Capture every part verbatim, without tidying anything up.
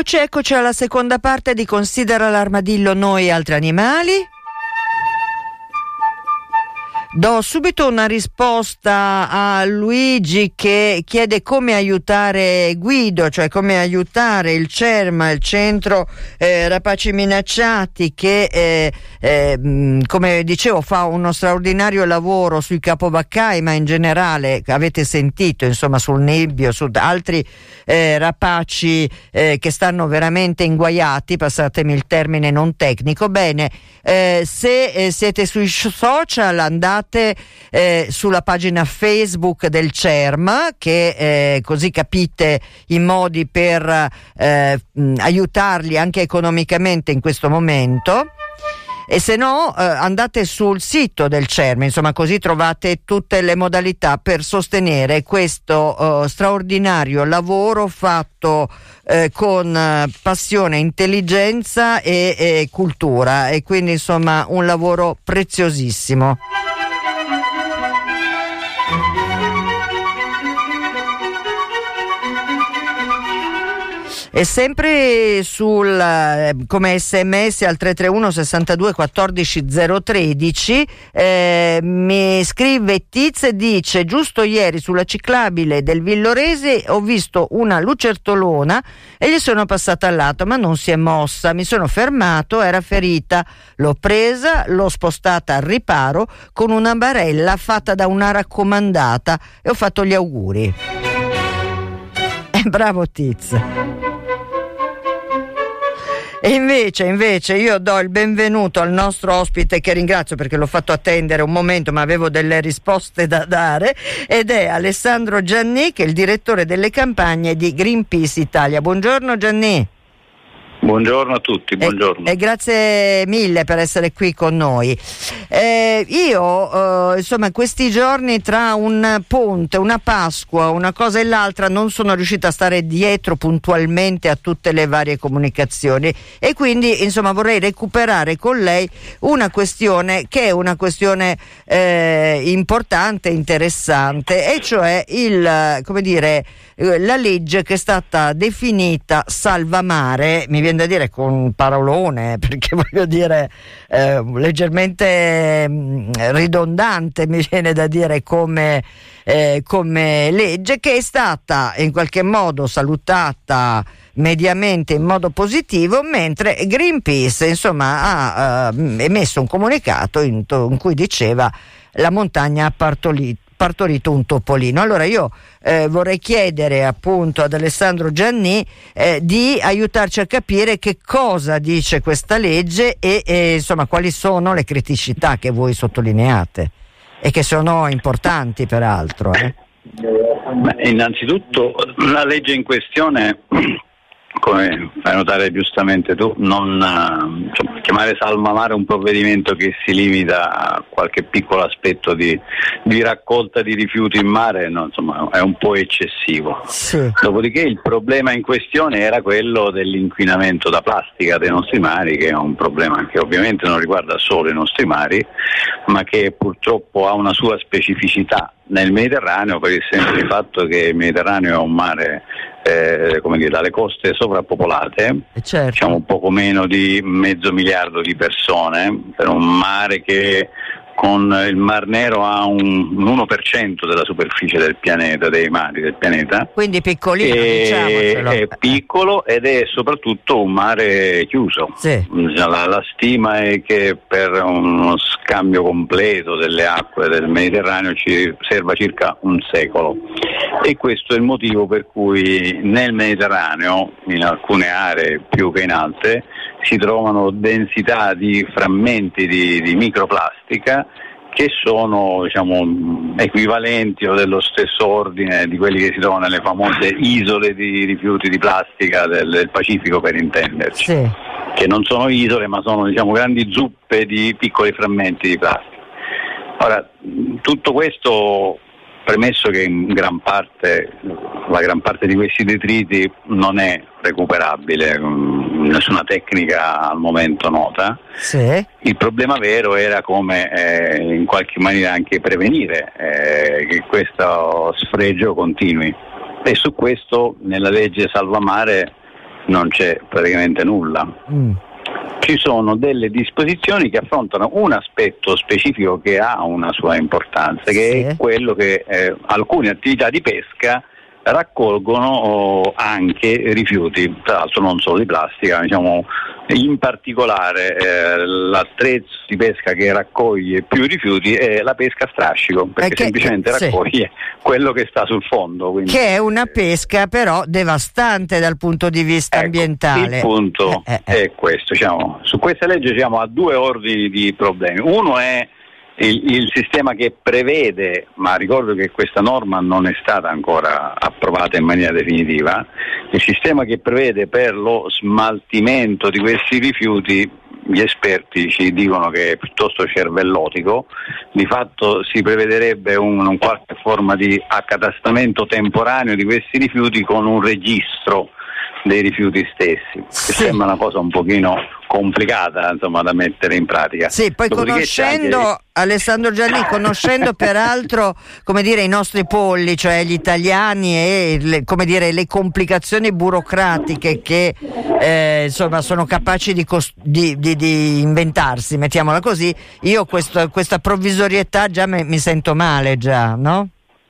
Eccoci, eccoci alla seconda parte di Considera l'armadillo noi e altri animali. Do subito una risposta a Luigi che chiede come aiutare Guido, cioè come aiutare il CERMA, il Centro eh, Rapaci Minacciati, che eh, eh, come dicevo fa uno straordinario lavoro sui capovaccai, ma in generale avete sentito insomma sul nebbio, su altri eh, rapaci eh, che stanno veramente inguaiati, passatemi il termine non tecnico. Bene, eh, se eh, siete sui social andate Eh, sulla pagina Facebook del CERMA, che eh, così capite i modi per eh, mh, aiutarli anche economicamente in questo momento. E se no eh, andate sul sito del CERMA, insomma, così trovate tutte le modalità per sostenere questo eh, straordinario lavoro fatto eh, con eh, passione, intelligenza e, e cultura, e quindi insomma un lavoro preziosissimo. E sempre sul eh, come sms al tre tre uno sessantadue quattordici zero tredici eh, mi scrive Tiz e dice: giusto ieri sulla ciclabile del Villorese ho visto una lucertolona e gli sono passata al lato, ma non si è mossa, mi sono fermato, era ferita, l'ho presa, l'ho spostata al riparo con una barella fatta da una raccomandata e ho fatto gli auguri. Eh, bravo Tiz. E invece, invece io do il benvenuto al nostro ospite, che ringrazio perché l'ho fatto attendere un momento, ma avevo delle risposte da dare, ed è Alessandro Gianni, che è il direttore delle campagne di Greenpeace Italia. Buongiorno Gianni. Buongiorno a tutti, buongiorno. E, e grazie mille per essere qui con noi. Eh, io, eh, insomma, questi giorni tra un ponte, una Pasqua, una cosa e l'altra, non sono riuscita a stare dietro puntualmente a tutte le varie comunicazioni e quindi, insomma, vorrei recuperare con lei una questione che è una questione eh, importante, interessante, e cioè il, come dire, la legge che è stata definita salva mare, mi viene da dire con un parolone, perché voglio dire eh, leggermente mh, ridondante, mi viene da dire come, eh, come legge, che è stata in qualche modo salutata mediamente in modo positivo, mentre Greenpeace insomma ha eh, emesso un comunicato in, to- in cui diceva la montagna ha partorito partorito un topolino. Allora io eh, vorrei chiedere appunto ad Alessandro Gianni eh, di aiutarci a capire che cosa dice questa legge e, e insomma quali sono le criticità che voi sottolineate e che sono importanti peraltro. Eh. Beh, innanzitutto la legge in questione, come fai notare giustamente tu, non insomma, chiamare salva mare un provvedimento che si limita a qualche piccolo aspetto di, di raccolta di rifiuti in mare, no, insomma, è un po' eccessivo. Sì. Dopodiché il problema in questione era quello dell'inquinamento da plastica dei nostri mari, che è un problema che ovviamente non riguarda solo i nostri mari, ma che purtroppo ha una sua specificità nel Mediterraneo, per il semplice fatto che il Mediterraneo è un mare eh, come dire, dalle coste sovrappopolate, certo. Diciamo un poco meno di mezzo miliardo di persone, per un mare che con il Mar Nero ha un, un uno per cento della superficie del pianeta, dei mari del pianeta. Quindi piccolino, diciamocelo. È piccolo ed è soprattutto un mare chiuso. Sì. La, la stima è che per uno scambio completo delle acque del Mediterraneo ci serva circa un secolo. E questo è il motivo per cui nel Mediterraneo, in alcune aree più che in altre, si trovano densità di frammenti di, di microplastica che sono, diciamo, equivalenti o dello stesso ordine di quelli che si trovano nelle famose isole di rifiuti di plastica del, del Pacifico, per intenderci, sì. Che non sono isole ma sono, diciamo, grandi zuppe di piccoli frammenti di plastica. Ora, tutto questo premesso che in gran parte, la gran parte di questi detriti non è recuperabile, nessuna tecnica al momento nota. Sì. Il problema vero era come eh, in qualche maniera anche prevenire eh, che questo sfregio continui, e su questo nella legge Salva Mare non c'è praticamente nulla. Mm. Ci sono delle disposizioni che affrontano un aspetto specifico che ha una sua importanza, che sì. è quello che eh, alcune attività di pesca raccolgono anche rifiuti, tra l'altro non solo di plastica, diciamo in particolare eh, l'attrezzo di pesca che raccoglie più rifiuti è la pesca a strascico, perché che, semplicemente sì. raccoglie quello che sta sul fondo. Quindi, che è una pesca però devastante dal punto di vista ecco, ambientale. Il punto eh, eh, è questo, diciamo, su questa legge siamo a due ordini di problemi. Uno è Il, il sistema che prevede, ma ricordo che questa norma non è stata ancora approvata in maniera definitiva, il sistema che prevede per lo smaltimento di questi rifiuti, gli esperti ci dicono che è piuttosto cervellotico. Di fatto si prevederebbe un, un qualche forma di accatastamento temporaneo di questi rifiuti con un registro dei rifiuti stessi, che sì. sembra una cosa un pochino complicata, insomma, da mettere in pratica. Sì, poi Dopodiché conoscendo anche... Alessandro Gianni, conoscendo peraltro, come dire, i nostri polli, cioè gli italiani, e le, come dire, le complicazioni burocratiche che eh, insomma sono capaci di, cost- di, di, di inventarsi, mettiamola così, io questo, questa provvisorietà già me, mi sento male già, no?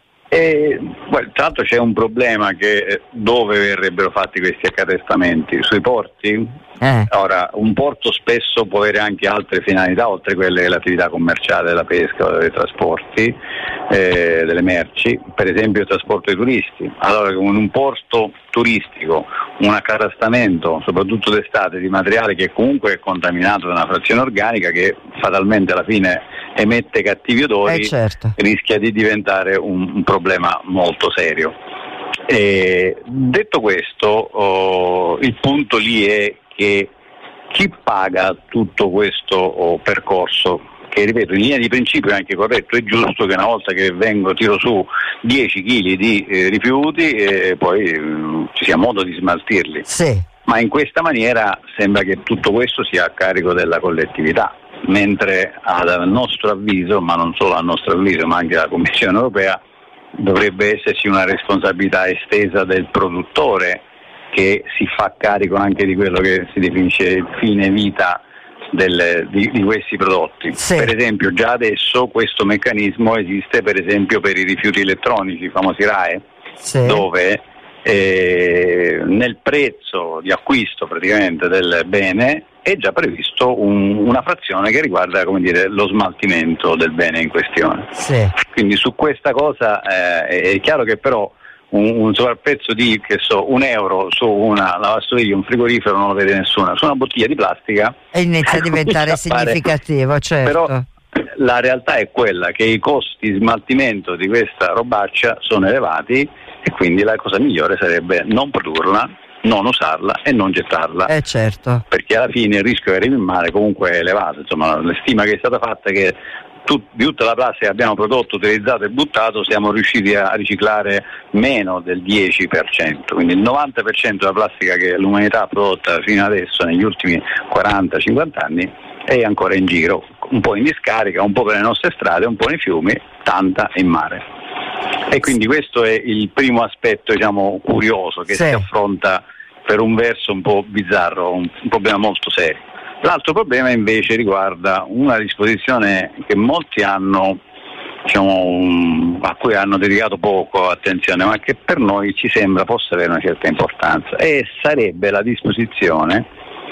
E, well, tra l'altro c'è un problema, che dove verrebbero fatti questi accatestamenti? Sui porti? Eh. Ora, un porto spesso può avere anche altre finalità oltre quelle dell'attività commerciale, della pesca o dei trasporti eh, delle merci, per esempio il trasporto dei turisti. Allora, con un porto turistico, un accatastamento, soprattutto d'estate, di materiale che comunque è contaminato da una frazione organica che fatalmente alla fine emette cattivi odori, eh certo. rischia di diventare un, un problema molto serio. E, detto questo, oh, il punto lì è che chi paga tutto questo oh, percorso, che ripeto in linea di principio è anche corretto e giusto, che una volta che vengo tiro su dieci chili di eh, rifiuti e poi eh, ci sia modo di smaltirli. Sì. Ma in questa maniera sembra che tutto questo sia a carico della collettività, mentre a nostro avviso, ma non solo a nostro avviso ma anche la Commissione europea, dovrebbe esserci una responsabilità estesa del produttore, che si fa carico anche di quello che si definisce il fine vita del, di, di questi prodotti. Sì. Per esempio già adesso questo meccanismo esiste per esempio per i rifiuti elettronici, i famosi R A E, sì. dove eh, nel prezzo di acquisto praticamente del bene è già previsto un, una frazione che riguarda, come dire, lo smaltimento del bene in questione. Sì. Quindi su questa cosa eh, è chiaro che però un, un sovrapprezzo di, che so, un euro su una lavastoviglie, un frigorifero non lo vede nessuno, su una bottiglia di plastica e inizia a diventare significativo, certo. Però la realtà è quella che i costi di smaltimento di questa robaccia sono elevati e quindi la cosa migliore sarebbe non produrla, non usarla e non gettarla, eh certo. perché alla fine il rischio che arrivi in mare comunque è elevato. Insomma, la stima che è stata fatta è che tut, di tutta la plastica che abbiamo prodotto, utilizzato e buttato siamo riusciti a riciclare meno del dieci per cento, quindi il novanta per cento della plastica che l'umanità ha prodotto fino adesso negli ultimi quaranta cinquanta anni è ancora in giro, un po' in discarica, un po' per le nostre strade, un po' nei fiumi, tanta in mare. E quindi questo è il primo aspetto, diciamo, curioso che sì. si affronta per un verso un po' bizzarro, un, un problema molto serio. L'altro problema invece riguarda una disposizione che molti hanno, diciamo, um, a cui hanno dedicato poco attenzione, ma che per noi ci sembra possa avere una certa importanza, e sarebbe la disposizione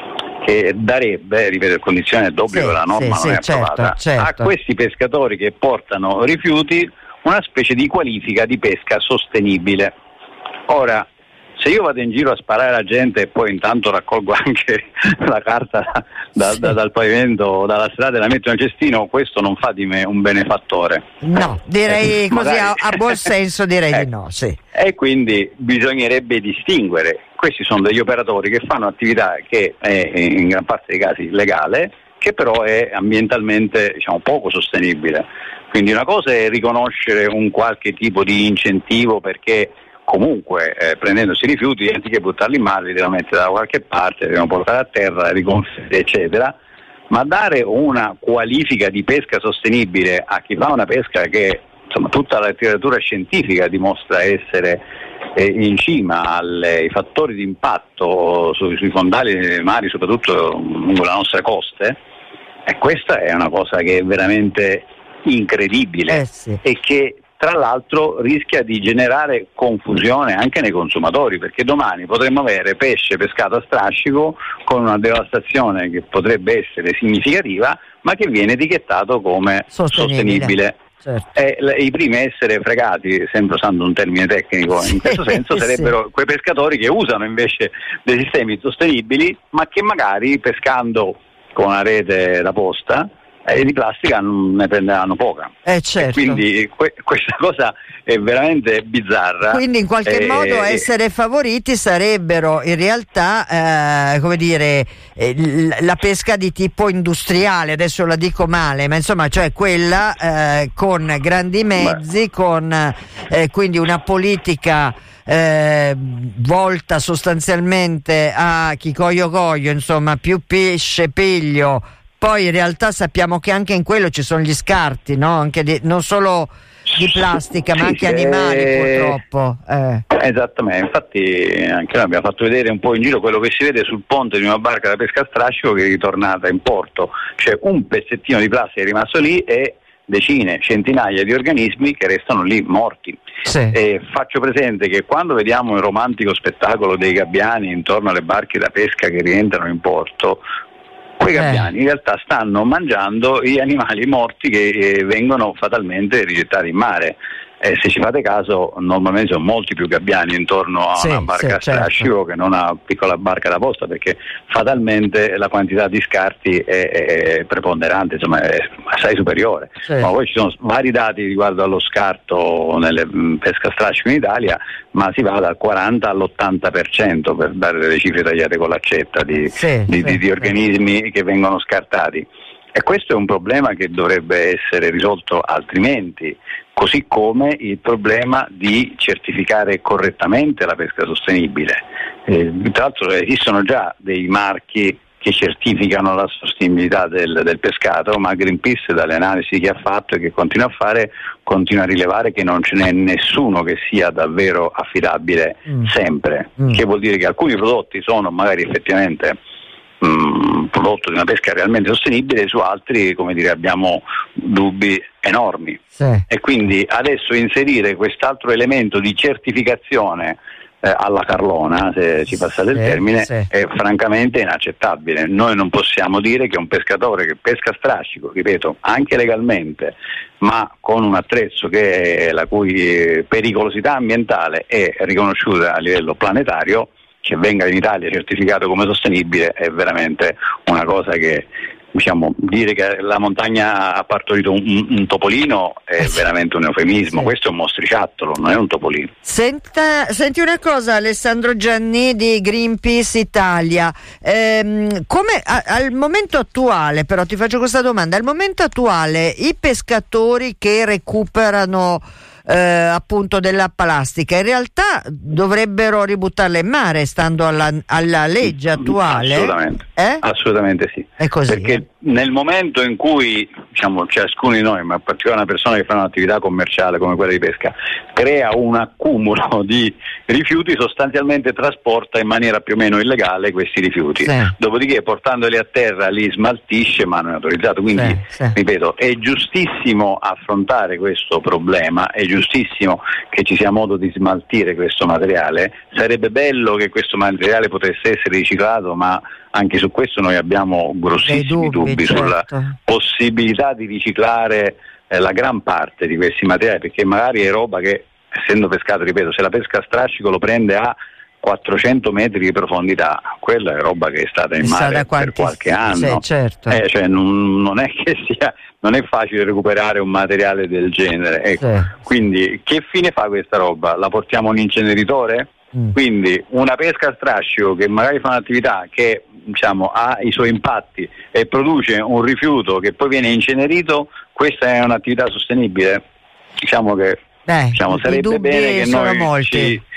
che darebbe, ripeto, a condizione d'obbligo, sì, la norma sì, non è sì, approvata, certo, certo. a questi pescatori che portano rifiuti una specie di qualifica di pesca sostenibile. Ora, se io vado in giro a sparare alla gente e poi intanto raccolgo anche la carta da, sì. da, dal pavimento o dalla strada e la metto nel cestino, questo non fa di me un benefattore. No, direi eh, così magari... a, a buon senso direi eh, di no, sì. E quindi bisognerebbe distinguere. Questi sono degli operatori che fanno attività che è in gran parte dei casi legale, che però è ambientalmente, diciamo, poco sostenibile. Quindi una cosa è riconoscere un qualche tipo di incentivo, perché comunque eh, prendendosi i rifiuti, anziché buttarli in mare, li devono mettere da qualche parte, li devono portare a terra, riconferire, eccetera, ma dare una qualifica di pesca sostenibile a chi fa una pesca che, insomma, tutta la letteratura scientifica dimostra essere eh, in cima ai fattori di impatto su, sui fondali dei mari, soprattutto lungo le nostre coste, e questa è una cosa che è veramente incredibile, eh sì. e che tra l'altro rischia di generare confusione anche nei consumatori, perché domani potremmo avere pesce pescato a strascico con una devastazione che potrebbe essere significativa, ma che viene etichettato come sostenibile. sostenibile. Certo. E le, i primi a essere fregati, sempre usando un termine tecnico in questo senso, sarebbero sì. quei pescatori che usano invece dei sistemi sostenibili, ma che magari pescando con una rete da posta e di plastica ne prenderanno poca. Eh certo. E quindi que- questa cosa è veramente bizzarra. Quindi in qualche eh, modo eh, essere favoriti sarebbero in realtà eh, come dire eh, l- la pesca di tipo industriale, adesso la dico male, ma insomma, cioè quella eh, con grandi mezzi, Beh. con eh, quindi una politica Eh, volta sostanzialmente a chi coglio coglio, insomma, più pesce piglio. Poi in realtà sappiamo che anche in quello ci sono gli scarti, no? Anche di, non solo di plastica, sì, ma anche eh, animali purtroppo. Eh. Esattamente, infatti anche noi abbiamo fatto vedere un po' in giro quello che si vede sul ponte di una barca da pesca a strascico che è ritornata in porto, cioè un pezzettino di plastica è rimasto lì e decine, centinaia di organismi che restano lì morti. Sì. E faccio presente che quando vediamo il romantico spettacolo dei gabbiani intorno alle barche da pesca che rientrano in porto, quei gabbiani eh. in realtà stanno mangiando gli animali morti che eh, vengono fatalmente rigettati in mare. Eh, se ci fate caso, normalmente sono molti più gabbiani intorno a sì, una barca sì, a strascico certo. che non a una piccola barca da posta, perché fatalmente la quantità di scarti è, è preponderante, insomma è assai superiore. Sì. Ma poi ci sono vari dati riguardo allo scarto nelle pesca a strascico in Italia, ma si va dal quaranta all'ottanta per cento per dare delle cifre tagliate con l'accetta di, sì, di, sì, di, di organismi sì. che vengono scartati. E questo è un problema che dovrebbe essere risolto altrimenti, così come il problema di certificare correttamente la pesca sostenibile. Eh, tra l'altro esistono già dei marchi che certificano la sostenibilità del, del pescato, ma Greenpeace, dalle analisi che ha fatto e che continua a fare, continua a rilevare che non ce n'è nessuno che sia davvero affidabile mm. sempre, mm. che vuol dire che alcuni prodotti sono magari effettivamente mh, prodotto di una pesca realmente sostenibile, su altri, come dire, abbiamo dubbi enormi. Sì. E quindi adesso inserire quest'altro elemento di certificazione Eh, alla Carlona, se ci passate il sì, termine, sì. è francamente inaccettabile. Noi non possiamo dire che un pescatore che pesca a strascico, ripeto, anche legalmente, ma con un attrezzo che è, la cui pericolosità ambientale è riconosciuta a livello planetario, che venga in Italia certificato come sostenibile è veramente una cosa che, diciamo, dire che la montagna ha partorito un, un topolino è veramente un eufemismo. Sì. Questo è un mostriciattolo, non è un topolino. Senta, senti una cosa, Alessandro Gianni di Greenpeace Italia, ehm, come a, al momento attuale, però ti faccio questa domanda, al momento attuale i pescatori che recuperano Eh, appunto della plastica in realtà dovrebbero ributtarla in mare, stando alla, alla legge attuale? Assolutamente, eh? assolutamente sì. È così, perché eh? nel momento in cui, diciamo, ciascuno di noi, ma in particolare una persona che fa un'attività commerciale come quella di pesca, crea un accumulo di rifiuti, sostanzialmente trasporta in maniera più o meno illegale questi rifiuti. Sì. Dopodiché, portandoli a terra, li smaltisce, ma non è autorizzato. Quindi, sì, sì. ripeto, è giustissimo affrontare questo problema, è giustissimo che ci sia modo di smaltire questo materiale. Sarebbe bello che questo materiale potesse essere riciclato, ma anche su questo noi abbiamo grossissimi dubbi, dubbi certo. sulla possibilità di riciclare eh, la gran parte di questi materiali, perché magari è roba che, essendo pescato, ripeto, se la pesca a strascico lo prende a quattrocento metri di profondità, quella è roba che è stata in mare per qualche anno. Sì, certo. eh, cioè non, non è che sia, non è facile recuperare un materiale del genere, ecco. Sì. Quindi che fine fa questa roba? La portiamo a un inceneritore? Mm. Quindi una pesca a strascico che magari fa un'attività che, diciamo, ha i suoi impatti e produce un rifiuto che poi viene incenerito, questa è un'attività sostenibile? Diciamo che Beh, diciamo, sarebbe bene che noi ci,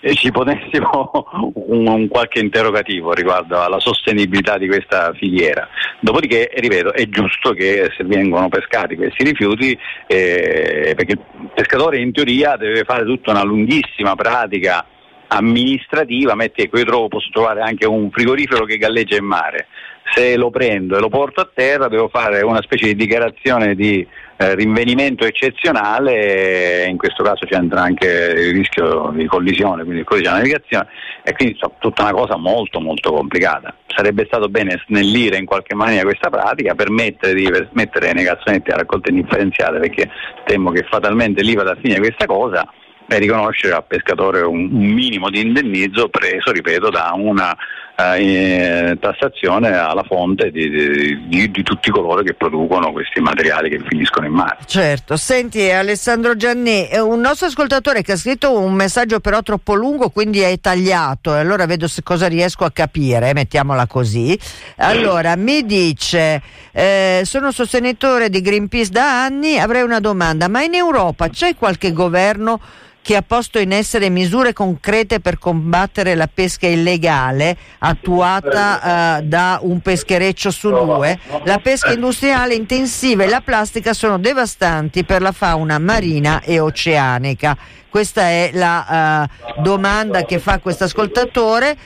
ci ponessimo un, un qualche interrogativo riguardo alla sostenibilità di questa filiera. Dopodiché, ripeto, è giusto che se vengono pescati questi rifiuti, eh, perché il pescatore in teoria deve fare tutta una lunghissima pratica amministrativa. Metti, ecco, io trovo, posso trovare anche un frigorifero che galleggia in mare. Se lo prendo e lo porto a terra devo fare una specie di dichiarazione di eh, rinvenimento eccezionale, e in questo caso c'entra anche il rischio di collisione, quindi il codice di navigazione, e quindi insomma, tutta una cosa molto molto complicata. Sarebbe stato bene snellire in qualche maniera questa pratica, permettere di mettere nei cassonetti a raccolta indifferenziata, perché temo che fatalmente lì vada a fine questa cosa, e riconoscere al pescatore un, un minimo di indennizzo preso, ripeto, da una eh, tassazione alla fonte di, di, di, di tutti coloro che producono questi materiali che finiscono in mare. Certo. Senti, Alessandro Gianni, un nostro ascoltatore che ha scritto un messaggio però troppo lungo, quindi è tagliato, e allora vedo se cosa riesco a capire, mettiamola così. Allora, mi dice, eh, sono sostenitore di Greenpeace da anni, avrei una domanda: ma in Europa c'è qualche governo che ha posto in essere misure concrete per combattere la pesca illegale attuata uh, da un peschereccio su due? La pesca industriale intensiva e la plastica sono devastanti per la fauna marina e oceanica. Questa è la uh, domanda che fa questo ascoltatore,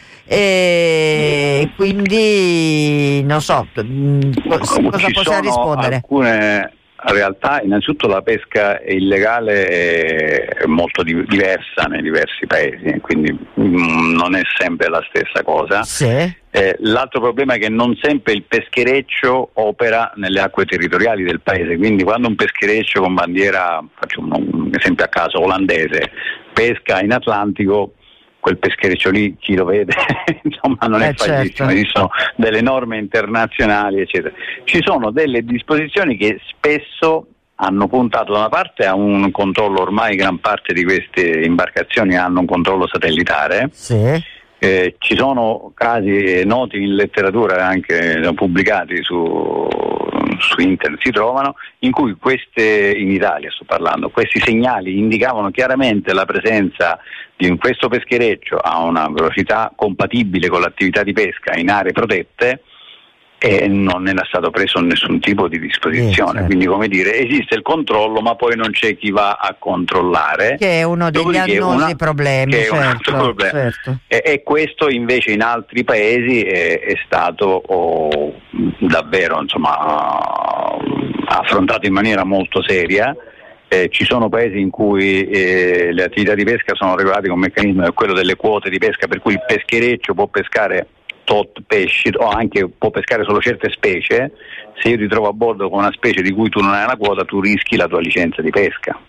e quindi non so cosa possiamo rispondere. Alcune realtà, innanzitutto la pesca illegale è molto di- diversa nei diversi paesi, quindi mh, non è sempre la stessa cosa. Sì. Eh, l'altro problema è che non sempre il peschereccio opera nelle acque territoriali del paese, quindi quando un peschereccio con bandiera, faccio un, un esempio a caso, olandese, pesca in Atlantico, quel peschereccio lì chi lo vede insomma non è eh, facilissimo, certo. Ci sono delle norme internazionali eccetera. Ci sono delle disposizioni che spesso hanno puntato da una parte a un controllo, ormai gran parte di queste imbarcazioni hanno un controllo satellitare. Sì. Eh, ci sono casi noti in letteratura, anche pubblicati su, su internet, si trovano, in cui queste, in Italia sto parlando, questi segnali indicavano chiaramente la presenza di questo peschereccio a una velocità compatibile con l'attività di pesca in aree protette, e non era stato preso nessun tipo di disposizione. Sì, quindi, come dire, esiste il controllo ma poi non c'è chi va a controllare, che è uno degli Dopodiché annosi una, problemi, che è un certo, altro problema. certo. E, e questo invece in altri paesi è, è stato oh, davvero insomma affrontato in maniera molto seria. Eh, ci sono paesi in cui eh, le attività di pesca sono regolate con un meccanismo che è quello delle quote di pesca, per cui il peschereccio può pescare tot pesci, o anche può pescare solo certe specie. Se io ti trovo a bordo con una specie di cui tu non hai una quota, tu rischi la tua licenza di pesca.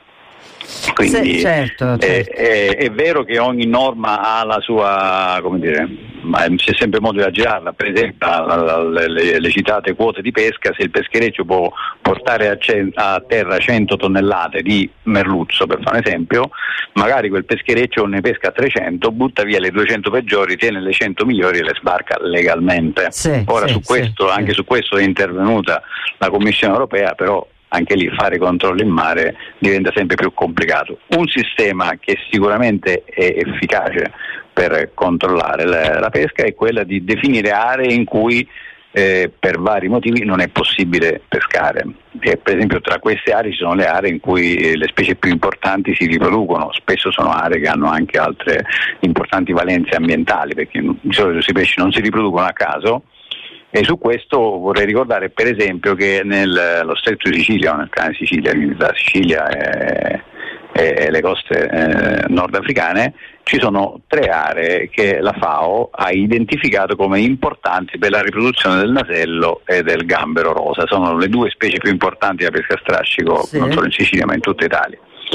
Quindi sì, certo, certo. È, è, è vero che ogni norma ha la sua, come dire, ma c'è sempre modo di aggirarla. Per esempio la, la, le, le citate quote di pesca, se il peschereccio può portare a, cen- a terra cento tonnellate di merluzzo, per fare un esempio, magari quel peschereccio ne pesca trecento, butta via le duecento peggiori, tiene le cento migliori e le sbarca legalmente. Sì, Ora sì, su questo, sì, anche sì. su questo è intervenuta la Commissione europea, però anche lì fare controlli in mare diventa sempre più complicato. Un sistema che sicuramente è efficace per controllare la, la pesca è quella di definire aree in cui eh, per vari motivi non è possibile pescare. E per esempio tra queste aree ci sono le aree in cui eh, le specie più importanti si riproducono, spesso sono aree che hanno anche altre importanti valenze ambientali, perché di solito questi pesci non si riproducono a caso. E su questo vorrei ricordare per esempio che nello stretto di Sicilia, nel canale di Sicilia, quindi la Sicilia e, e le coste eh, nordafricane, ci sono tre aree che la FAO ha identificato come importanti per la riproduzione del nasello e del gambero rosa. Sono le due specie più importanti da pesca a strascico, sì, non solo in Sicilia ma in tutta Italia.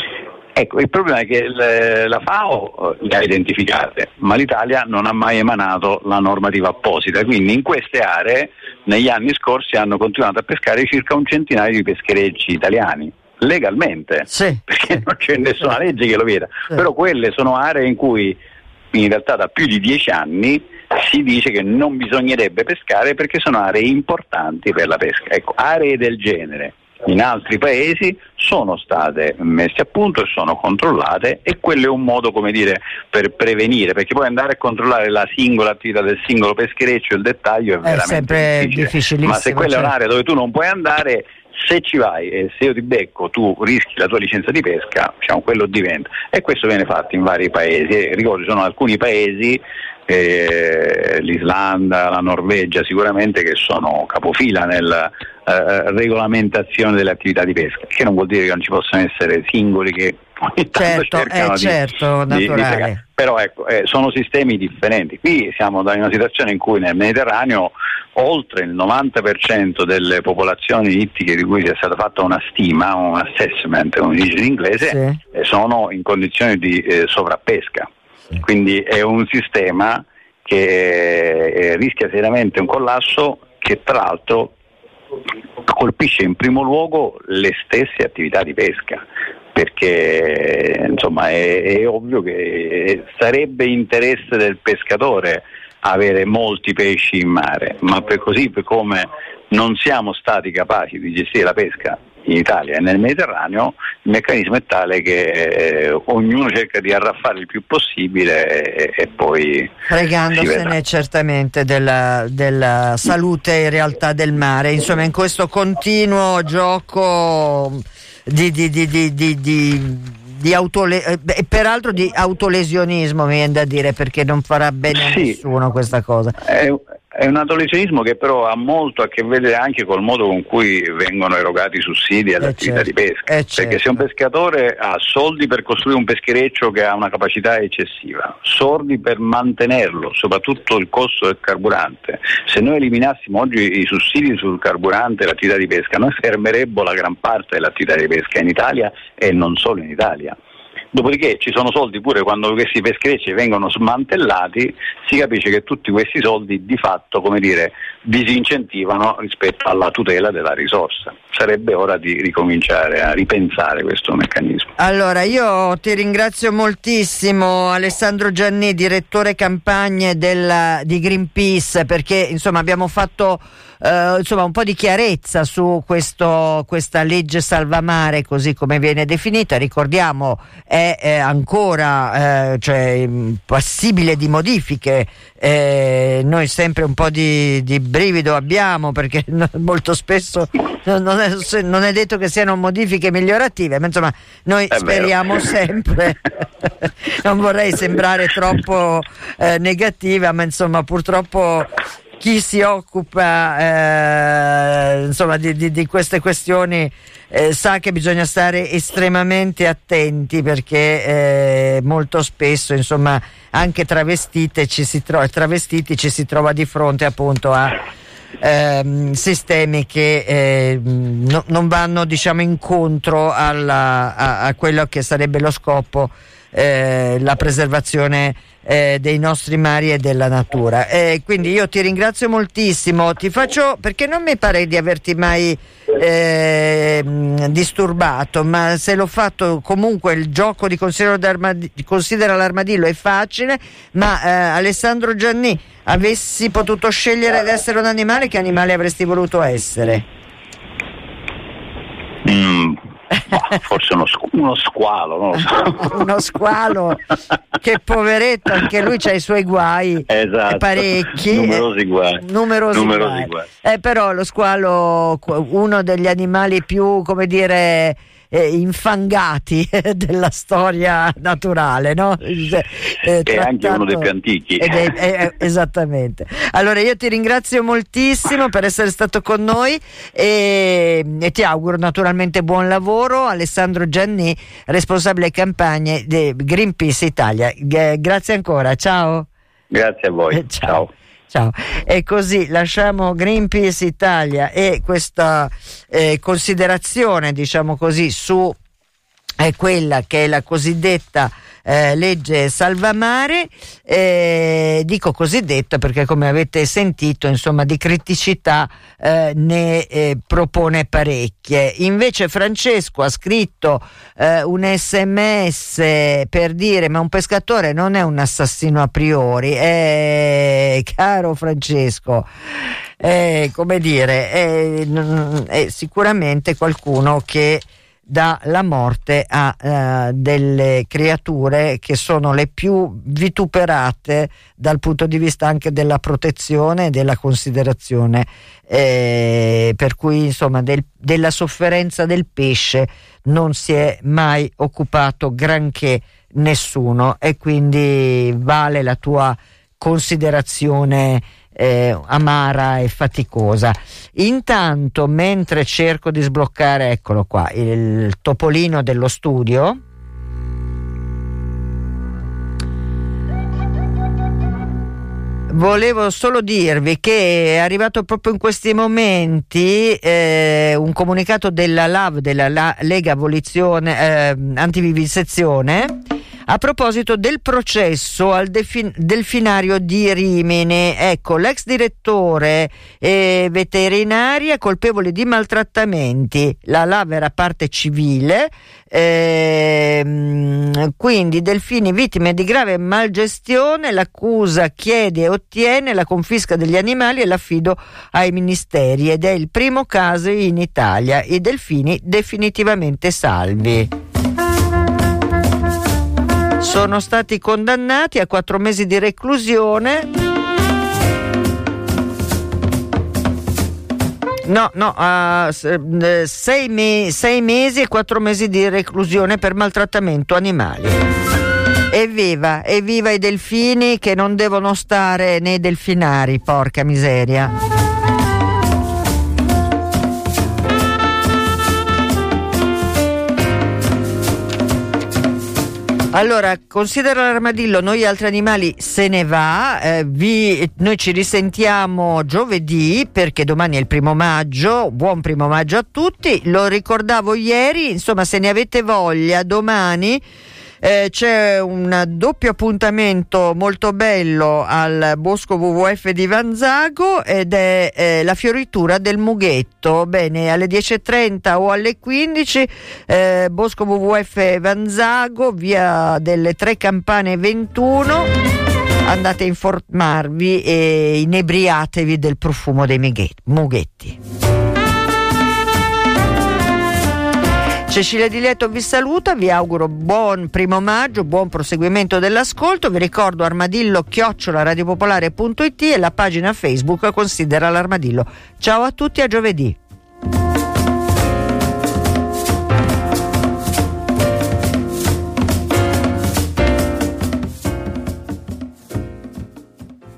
Ecco, il problema è che le, la FAO le ha identificate, ma l'Italia non ha mai emanato la normativa apposita, quindi in queste aree negli anni scorsi hanno continuato a pescare circa un centinaio di pescherecci italiani, legalmente, sì, perché sì, non c'è nessuna sì, legge che lo vieta, sì. Però quelle sono aree in cui in realtà da più di dieci anni si dice che non bisognerebbe pescare perché sono aree importanti per la pesca. Ecco, aree del genere in altri paesi sono state messe a punto e sono controllate, e quello è un modo, come dire, per prevenire, perché poi andare a controllare la singola attività del singolo peschereccio, il dettaglio è veramente sempre difficile, ma se quella certo. è un'area dove tu non puoi andare, se ci vai e se io ti becco tu rischi la tua licenza di pesca, diciamo, quello diventa, e questo viene fatto in vari paesi, e ricordo, sono alcuni paesi, eh, l'Islanda, la Norvegia sicuramente, che sono capofila nella eh, regolamentazione delle attività di pesca, che non vuol dire che non ci possano essere singoli che ogni tanto certo, cercano eh, di, certo, di, naturale. di però ecco, eh, sono sistemi differenti. Qui siamo in una situazione in cui nel Mediterraneo oltre il novanta per cento delle popolazioni ittiche di cui sia stata fatta una stima, un assessment, come dice in inglese, sì. eh, sono in condizioni di eh, sovrappesca. Sì. Quindi è un sistema che eh, rischia seriamente un collasso, che tra l'altro colpisce in primo luogo le stesse attività di pesca, perché insomma è, è ovvio che sarebbe interesse del pescatore avere molti pesci in mare, ma per così per come non siamo stati capaci di gestire la pesca in Italia e nel Mediterraneo, il meccanismo è tale che eh, ognuno cerca di arraffare il più possibile e, e poi fregandosene certamente della, della salute in realtà del mare, insomma in questo continuo gioco di di di di di, di, di autole- eh, peraltro di autolesionismo, mi viene da dire, perché non farà bene a sì, nessuno questa cosa. È, è un autolesionismo che però ha molto a che vedere anche col modo con cui vengono erogati sussidi all'attività eh certo, di pesca, eh certo. Perché se un pescatore ha soldi per costruire un peschereccio che ha una capacità eccessiva, soldi per mantenerlo, soprattutto il costo del carburante, se noi eliminassimo oggi i sussidi sul carburante e l'attività di pesca, noi fermeremmo la gran parte dell'attività di pesca in Italia e non solo in Italia. Dopodiché ci sono soldi pure quando questi pescherecci vengono smantellati, si capisce che tutti questi soldi di fatto, come dire, disincentivano rispetto alla tutela della risorsa. Sarebbe ora di ricominciare a ripensare questo meccanismo. Allora io ti ringrazio moltissimo, Alessandro Gianni, direttore campagne della, di Greenpeace, perché insomma abbiamo fatto Uh, insomma un po' di chiarezza su questo, questa legge salvamare così come viene definita. Ricordiamo è, è ancora eh, cioè, passibile di modifiche, eh, noi sempre un po' di, di brivido abbiamo, perché no, molto spesso non è, non è detto che siano modifiche migliorative, ma insomma noi è speriamo vero. sempre non vorrei sembrare troppo eh, negativa, ma insomma purtroppo chi si occupa eh, insomma di, di, di queste questioni eh, sa che bisogna stare estremamente attenti, perché eh, molto spesso insomma anche travestite ci si tro- travestiti ci si trova di fronte appunto a ehm, sistemi che eh, no, non vanno diciamo incontro alla, a, a quello che sarebbe lo scopo, eh, la preservazione Eh, dei nostri mari e della natura. Eh, quindi io ti ringrazio moltissimo, ti faccio, perché non mi pare di averti mai eh, disturbato, ma se l'ho fatto comunque il gioco di considera l'armadillo è facile, ma eh, Alessandro Gianni, avessi potuto scegliere di essere un animale, che animale avresti voluto essere? Mm. Bah, forse uno, uno squalo, non lo so. Uno squalo, che poveretto, anche lui c'ha i suoi guai, esatto. parecchi, numerosi guai, numerosi numerosi guai. guai. Eh, però lo squalo, uno degli animali più, come dire, eh, infangati della storia naturale, no? Eh, e trattato... anche uno dei più antichi. Ed è, è, esattamente. Allora io ti ringrazio moltissimo per essere stato con noi e, e ti auguro naturalmente buon lavoro. Alessandro Gianni, responsabile campagne di Greenpeace Italia. G- grazie ancora, ciao. Grazie a voi. Ciao. Ciao. Ciao. E così lasciamo Greenpeace Italia e questa eh, considerazione, diciamo così, su eh, quella che è la cosiddetta eh, legge salvamare. Eh, dico cosiddetta perché, come avete sentito, insomma, di criticità eh, ne eh, propone parecchie. Invece Francesco ha scritto eh, un sms per dire: ma un pescatore non è un assassino a priori. Eh, caro Francesco, eh, come dire, è, è sicuramente qualcuno che dà la morte a uh, delle creature che sono le più vituperate dal punto di vista anche della protezione e della considerazione, eh, per cui insomma del, della sofferenza del pesce non si è mai occupato granché nessuno, e quindi vale la tua considerazione Eh, amara e faticosa. Intanto, mentre cerco di sbloccare, eccolo qua, il topolino dello studio, volevo solo dirvi che è arrivato proprio in questi momenti eh, un comunicato della L A V, della La- Lega Abolizione eh, Antivivisezione, a proposito del processo al defin- delfinario di Rimini. Ecco, l'ex direttore eh, veterinaria colpevole di maltrattamenti. La L A V era parte civile, ehm, quindi delfini vittime di grave malgestione. L'accusa chiede e ottiene la confisca degli animali e l'affido ai ministeri, ed è il primo caso in Italia. I delfini definitivamente salvi. Sono stati condannati a quattro mesi di reclusione. No, no, a sei, me- sei mesi e quattro mesi di reclusione per maltrattamento animali. Evviva, evviva i delfini che non devono stare nei delfinari, porca miseria. Allora, considera l'armadillo, noi altri animali se ne va, eh, vi, noi ci risentiamo giovedì perché domani è il primo maggio, buon primo maggio a tutti, lo ricordavo ieri, insomma se ne avete voglia domani eh, c'è un doppio appuntamento molto bello al Bosco W W F di Vanzago ed è eh, la fioritura del mughetto. Bene, alle dieci e trenta o alle quindici eh, Bosco W W F Vanzago, via delle Tre Campane ventuno. Andate a informarvi e inebriatevi del profumo dei mughetti. Cecilia Di Lieto vi saluta, vi auguro buon primo maggio, buon proseguimento dell'ascolto. Vi ricordo armadillo chiocciola radiopopolare punto it e la pagina Facebook Considera l'Armadillo. Ciao a tutti, a giovedì.